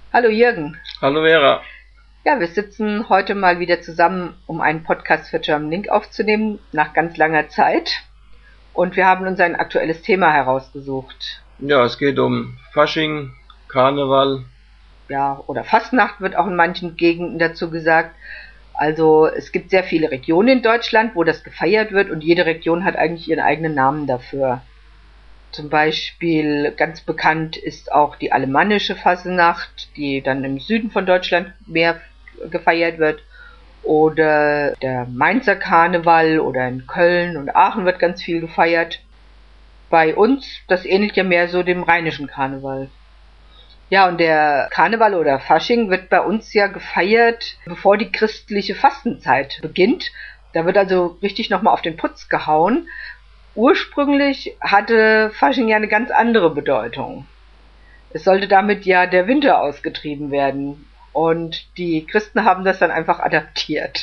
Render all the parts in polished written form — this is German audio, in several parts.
Hallo Jürgen. Hallo Vera. Ja, wir sitzen heute mal wieder zusammen, um einen Podcast für Germanlink aufzunehmen, nach ganz langer Zeit. Und wir haben uns ein aktuelles Thema herausgesucht. Ja, es geht um Fasching, Karneval. Ja, oder Fastnacht wird auch in manchen Gegenden dazu gesagt. Also es gibt sehr viele Regionen in Deutschland, wo das gefeiert wird und jede Region hat eigentlich ihren eigenen Namen dafür. Zum Beispiel ganz bekannt ist auch die alemannische Fasnacht, die dann im Süden von Deutschland mehr gefeiert wird. Oder der Mainzer Karneval oder in Köln und Aachen wird ganz viel gefeiert. Bei uns, das ähnelt ja mehr so dem rheinischen Karneval. Ja, und der Karneval oder Fasching wird bei uns ja gefeiert, bevor die christliche Fastenzeit beginnt. Da wird also richtig nochmal auf den Putz gehauen. Ursprünglich hatte Fasching ja eine ganz andere Bedeutung. Es sollte damit ja der Winter ausgetrieben werden. Und die Christen haben das dann einfach adaptiert.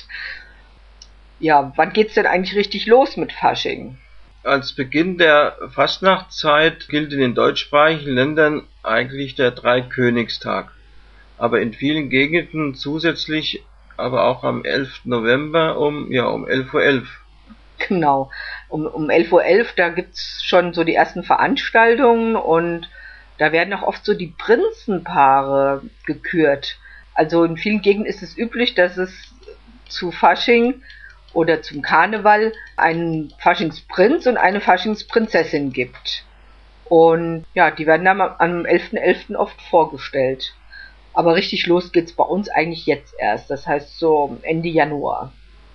Ja, wann geht's denn eigentlich richtig los mit Fasching? Als Beginn der Fastnachtzeit gilt in den deutschsprachigen Ländern eigentlich der Dreikönigstag, aber in vielen Gegenden zusätzlich aber auch am 11. November um 11:11 Uhr. Genau, um 11:11 Uhr, da gibt's schon so die ersten Veranstaltungen und da werden auch oft so die Prinzenpaare gekürt. Also in vielen Gegenden ist es üblich, dass es zu Fasching oder zum Karneval einen Faschingsprinz und eine Faschingsprinzessin gibt. Und ja, die werden dann am 11.11. oft vorgestellt. Aber richtig los geht's bei uns eigentlich jetzt erst, das heißt so Ende Januar.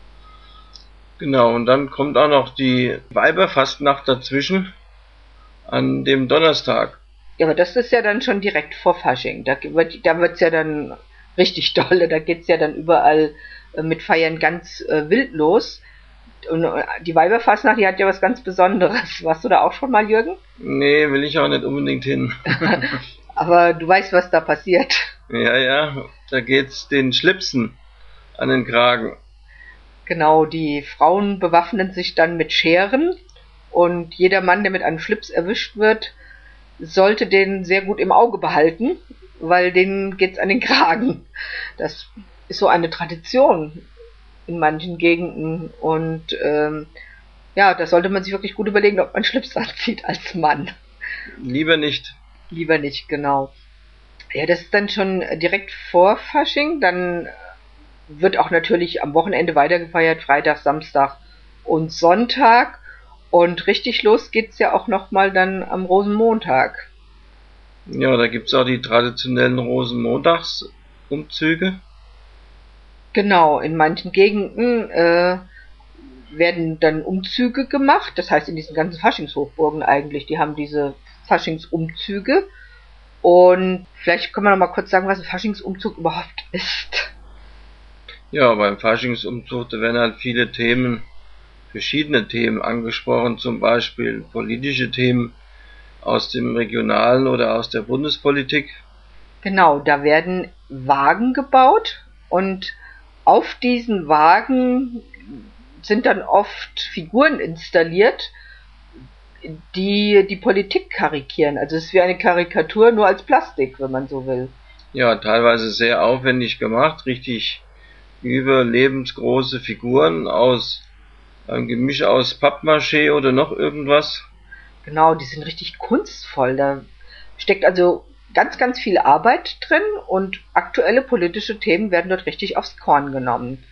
Genau, und dann kommt auch noch die Weiberfastnacht dazwischen an dem Donnerstag. Ja, aber das ist ja dann schon direkt vor Fasching. Da wird's ja dann richtig dolle. Da geht's ja dann überall mit Feiern ganz wild los. Und die Weiberfastnacht, die hat ja was ganz Besonderes. Warst du da auch schon mal, Jürgen? Nee, will ich auch nicht unbedingt hin. Aber du weißt, was da passiert. Ja, da geht's den Schlipsen an den Kragen. Genau, die Frauen bewaffnen sich dann mit Scheren und jeder Mann, der mit einem Schlips erwischt wird, sollte den sehr gut im Auge behalten, weil denen geht's an den Kragen. Das ist so eine Tradition in manchen Gegenden und ja, da sollte man sich wirklich gut überlegen, ob man Schlips anzieht als Mann. Lieber nicht. Lieber nicht, genau. Ja, das ist dann schon direkt vor Fasching, dann wird auch natürlich am Wochenende weitergefeiert, Freitag, Samstag und Sonntag. Und richtig los geht's ja auch nochmal dann am Rosenmontag. Ja, da gibt's auch die traditionellen Rosenmontagsumzüge. Genau, in manchen Gegenden werden dann Umzüge gemacht. Das heißt, in diesen ganzen Faschingshochburgen eigentlich, die haben diese Faschingsumzüge. Und vielleicht können wir noch mal kurz sagen, was ein Faschingsumzug überhaupt ist. Ja, beim Faschingsumzug, da werden halt viele Themen, verschiedene Themen angesprochen, zum Beispiel politische Themen aus dem Regionalen oder aus der Bundespolitik. Genau, da werden Wagen gebaut und auf diesen Wagen sind dann oft Figuren installiert, die die Politik karikieren. Also es ist wie eine Karikatur, nur als Plastik, wenn man so will. Ja, teilweise sehr aufwendig gemacht, richtig überlebensgroße Figuren aus einem Gemisch aus Pappmaché oder noch irgendwas. Genau, die sind richtig kunstvoll. Da steckt also ganz, ganz viel Arbeit drin und aktuelle politische Themen werden dort richtig aufs Korn genommen.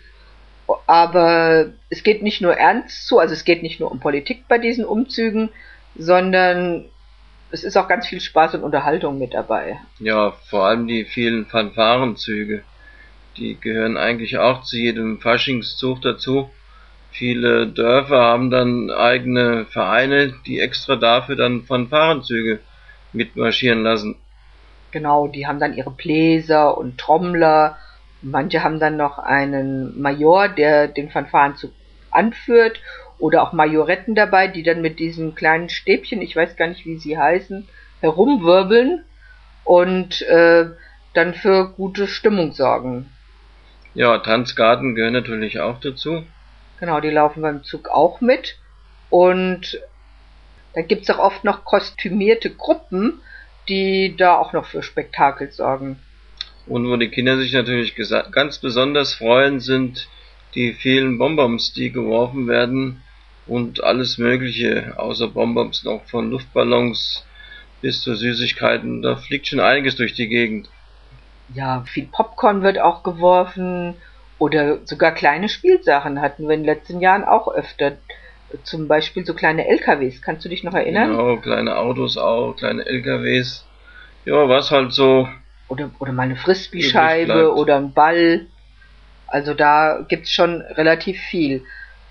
Aber es geht nicht nur ernst zu, also es geht nicht nur um Politik bei diesen Umzügen, sondern es ist auch ganz viel Spaß und Unterhaltung mit dabei. Ja, vor allem die vielen Fanfarenzüge, die gehören eigentlich auch zu jedem Faschingszug dazu. Viele Dörfer haben dann eigene Vereine, die extra dafür dann Fanfarenzüge mitmarschieren lassen. Genau, die haben dann ihre Bläser und Trommler. Manche haben dann noch einen Major, der den Fanfarenzug anführt, oder auch Majoretten dabei, die dann mit diesen kleinen Stäbchen, ich weiß gar nicht, wie sie heißen, herumwirbeln und dann für gute Stimmung sorgen. Ja, Tanzgarten gehören natürlich auch dazu. Genau, die laufen beim Zug auch mit. Und da gibt's auch oft noch kostümierte Gruppen, die da auch noch für Spektakel sorgen. Und wo die Kinder sich natürlich ganz besonders freuen, sind die vielen Bonbons, die geworfen werden und alles Mögliche, außer Bonbons noch von Luftballons bis zu Süßigkeiten. Da fliegt schon einiges durch die Gegend. Ja, viel Popcorn wird auch geworfen oder sogar kleine Spielsachen hatten wir in den letzten Jahren auch öfter. Zum Beispiel so kleine LKWs. Kannst du dich noch erinnern? Genau, kleine Autos auch, kleine LKWs. Ja, was halt so. Oder mal eine Frisbee-Scheibe oder ein Ball. Also da gibt's schon relativ viel.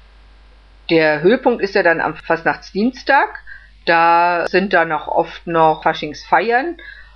Der Höhepunkt ist ja dann am Fastnachtsdienstag. Da sind dann auch oft noch Faschingsfeiern.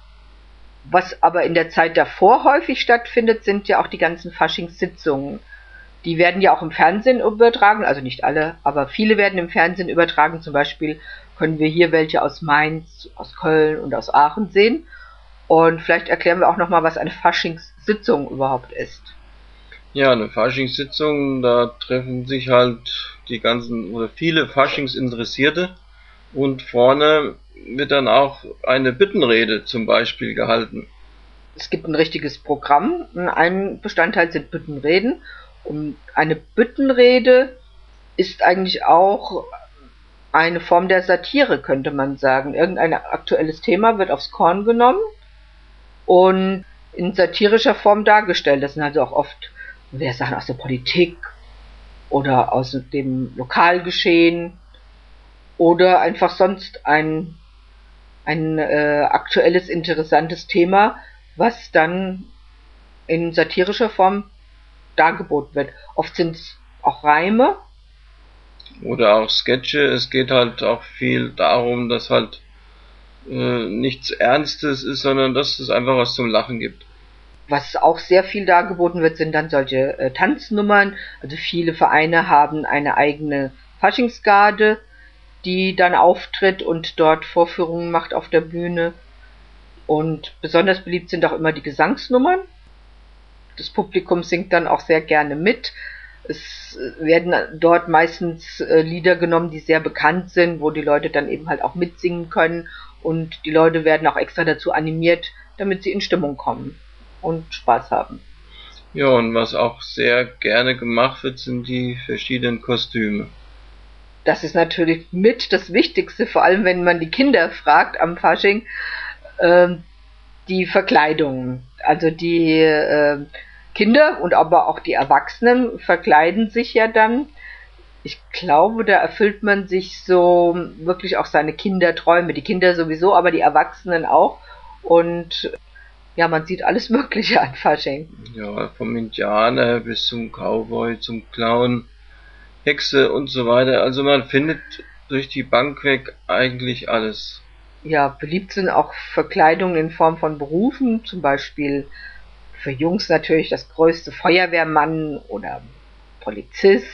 Was aber in der Zeit davor häufig stattfindet, sind ja auch die ganzen Faschingssitzungen. Die werden ja auch im Fernsehen übertragen, also nicht alle, aber viele werden im Fernsehen übertragen. Zum Beispiel können wir hier welche aus Mainz, aus Köln und aus Aachen sehen. Und vielleicht erklären wir auch nochmal, was eine Faschingssitzung überhaupt ist. Ja, eine Faschingssitzung, da treffen sich halt die ganzen oder viele Faschingsinteressierte und vorne wird dann auch eine Büttenrede zum Beispiel gehalten. Es gibt ein richtiges Programm. Ein Bestandteil sind Büttenreden. Und eine Büttenrede ist eigentlich auch eine Form der Satire, könnte man sagen. Irgendein aktuelles Thema wird aufs Korn genommen und in satirischer Form dargestellt. Das sind also auch oft Sachen aus der Politik oder aus dem Lokalgeschehen oder einfach sonst ein aktuelles, interessantes Thema, was dann in satirischer Form dargeboten wird. Oft sind es auch Reime. Oder auch Sketche. Es geht halt auch viel darum, dass halt nichts Ernstes ist, sondern dass es einfach was zum Lachen gibt. Was auch sehr viel dargeboten wird, sind dann solche Tanznummern. Also viele Vereine haben eine eigene Faschingsgarde, die dann auftritt und dort Vorführungen macht auf der Bühne. Und besonders beliebt sind auch immer die Gesangsnummern. Das Publikum singt dann auch sehr gerne mit. Es werden dort meistens Lieder genommen, die sehr bekannt sind, wo die Leute dann eben halt auch mitsingen können. Und die Leute werden auch extra dazu animiert, damit sie in Stimmung kommen und Spaß haben. Ja, und was auch sehr gerne gemacht wird, sind die verschiedenen Kostüme. Das ist natürlich mit das Wichtigste, vor allem wenn man die Kinder fragt am Fasching, die Verkleidungen. Also die Kinder und aber auch die Erwachsenen verkleiden sich ja dann. Ich glaube, da erfüllt man sich so wirklich auch seine Kinderträume. Die Kinder sowieso, aber die Erwachsenen auch. Und ja, man sieht alles Mögliche an Fasching. Ja, vom Indianer bis zum Cowboy, zum Clown, Hexe und so weiter. Also man findet durch die Bank weg eigentlich alles. Ja, beliebt sind auch Verkleidungen in Form von Berufen, zum Beispiel für Jungs natürlich das größte Feuerwehrmann oder Polizist,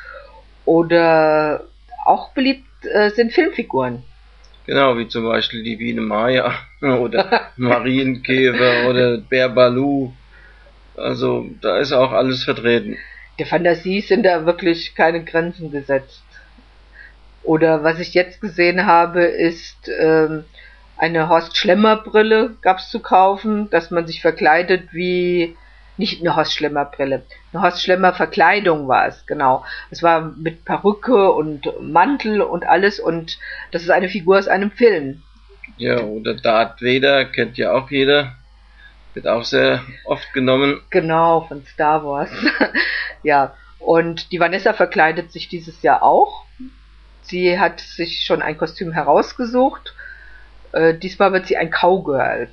oder auch beliebt sind Filmfiguren. Genau, wie zum Beispiel die Biene Maya oder Marienkäfer oder Bär Balu. Also da ist auch alles vertreten. Der Fantasie sind da wirklich keine Grenzen gesetzt. Oder was ich jetzt gesehen habe, ist eine Horst Schlemmer Brille gab's zu kaufen, dass man sich verkleidet wie, nicht eine Horst Schlemmer Brille, eine Horst Schlemmer Verkleidung war es, genau. Es war mit Perücke und Mantel und alles und das ist eine Figur aus einem Film. Ja, oder Darth Vader kennt ja auch jeder. Wird auch sehr oft genommen. Genau, von Star Wars. Ja, und die Vanessa verkleidet sich dieses Jahr auch. Sie hat sich schon ein Kostüm herausgesucht. Diesmal wird sie ein Cowgirl.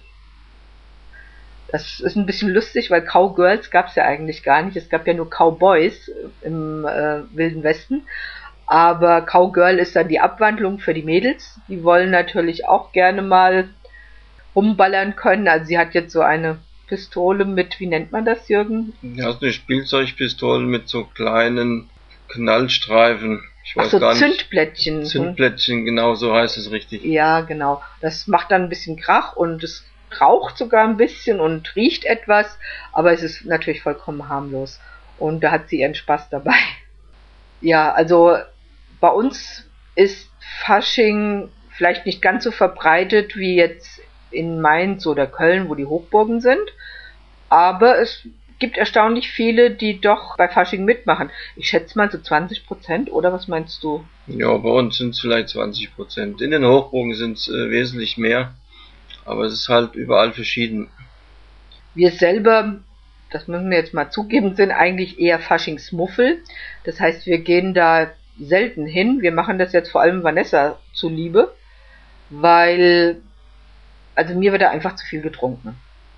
Das ist ein bisschen lustig, weil Cowgirls gab es ja eigentlich gar nicht. Es gab ja nur Cowboys im Wilden Westen. Aber Cowgirl ist dann die Abwandlung für die Mädels. Die wollen natürlich auch gerne mal rumballern können. Also sie hat jetzt so eine Pistole mit, wie nennt man das, Jürgen? Ja, so eine Spielzeugpistole mit so kleinen Knallstreifen. Ich weiß Ach so, gar nicht. Zündplättchen. Zündplättchen, genau so heißt es richtig. Ja, genau. Das macht dann ein bisschen Krach und es raucht sogar ein bisschen und riecht etwas, aber es ist natürlich vollkommen harmlos. Und da hat sie ihren Spaß dabei. Ja, also bei uns ist Fasching vielleicht nicht ganz so verbreitet wie jetzt in Mainz oder Köln, wo die Hochburgen sind. aber es gibt erstaunlich viele, die doch bei Fasching mitmachen. Ich schätze mal so 20%, oder was meinst du? Ja, bei uns sind es vielleicht 20%. In den Hochburgen sind es wesentlich mehr, aber es ist halt überall verschieden. Wir selber, das müssen wir jetzt mal zugeben, sind eigentlich eher Faschingsmuffel. Das heißt, wir gehen da selten hin. Wir machen das jetzt vor allem Vanessa zuliebe, weil, also mir wird da einfach zu viel getrunken.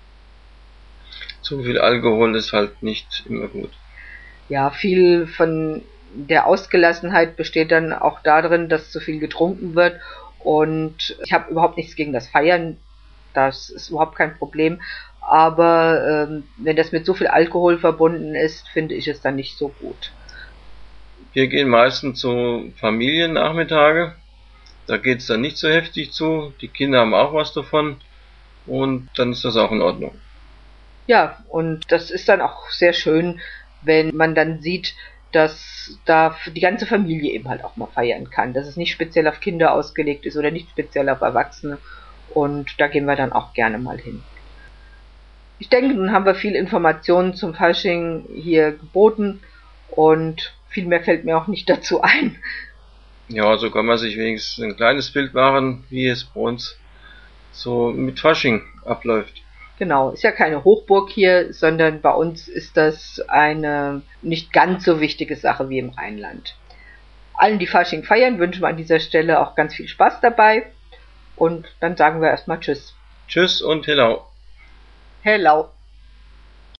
Zu viel Alkohol ist halt nicht immer gut. Ja, viel von der Ausgelassenheit besteht dann auch darin, dass zu viel getrunken wird. Und ich habe überhaupt nichts gegen das Feiern. Das ist überhaupt kein Problem. Aber wenn das mit so viel Alkohol verbunden ist, finde ich es dann nicht so gut. Wir gehen meistens zu Familiennachmittage. Da geht es dann nicht so heftig zu. Die Kinder haben auch was davon. Und dann ist das auch in Ordnung. Ja, und das ist dann auch sehr schön, wenn man dann sieht, dass da die ganze Familie eben halt auch mal feiern kann. Dass es nicht speziell auf Kinder ausgelegt ist oder nicht speziell auf Erwachsene. Und da gehen wir dann auch gerne mal hin. Ich denke, nun haben wir viel Informationen zum Fasching hier geboten und viel mehr fällt mir auch nicht dazu ein. Ja, so kann man sich wenigstens ein kleines Bild machen, wie es bei uns so mit Fasching abläuft. Genau, ist ja keine Hochburg hier, sondern bei uns ist das eine nicht ganz so wichtige Sache wie im Rheinland. Allen, die Fasching feiern, wünschen wir an dieser Stelle auch ganz viel Spaß dabei und dann sagen wir erstmal Tschüss. Tschüss und hello. Hello.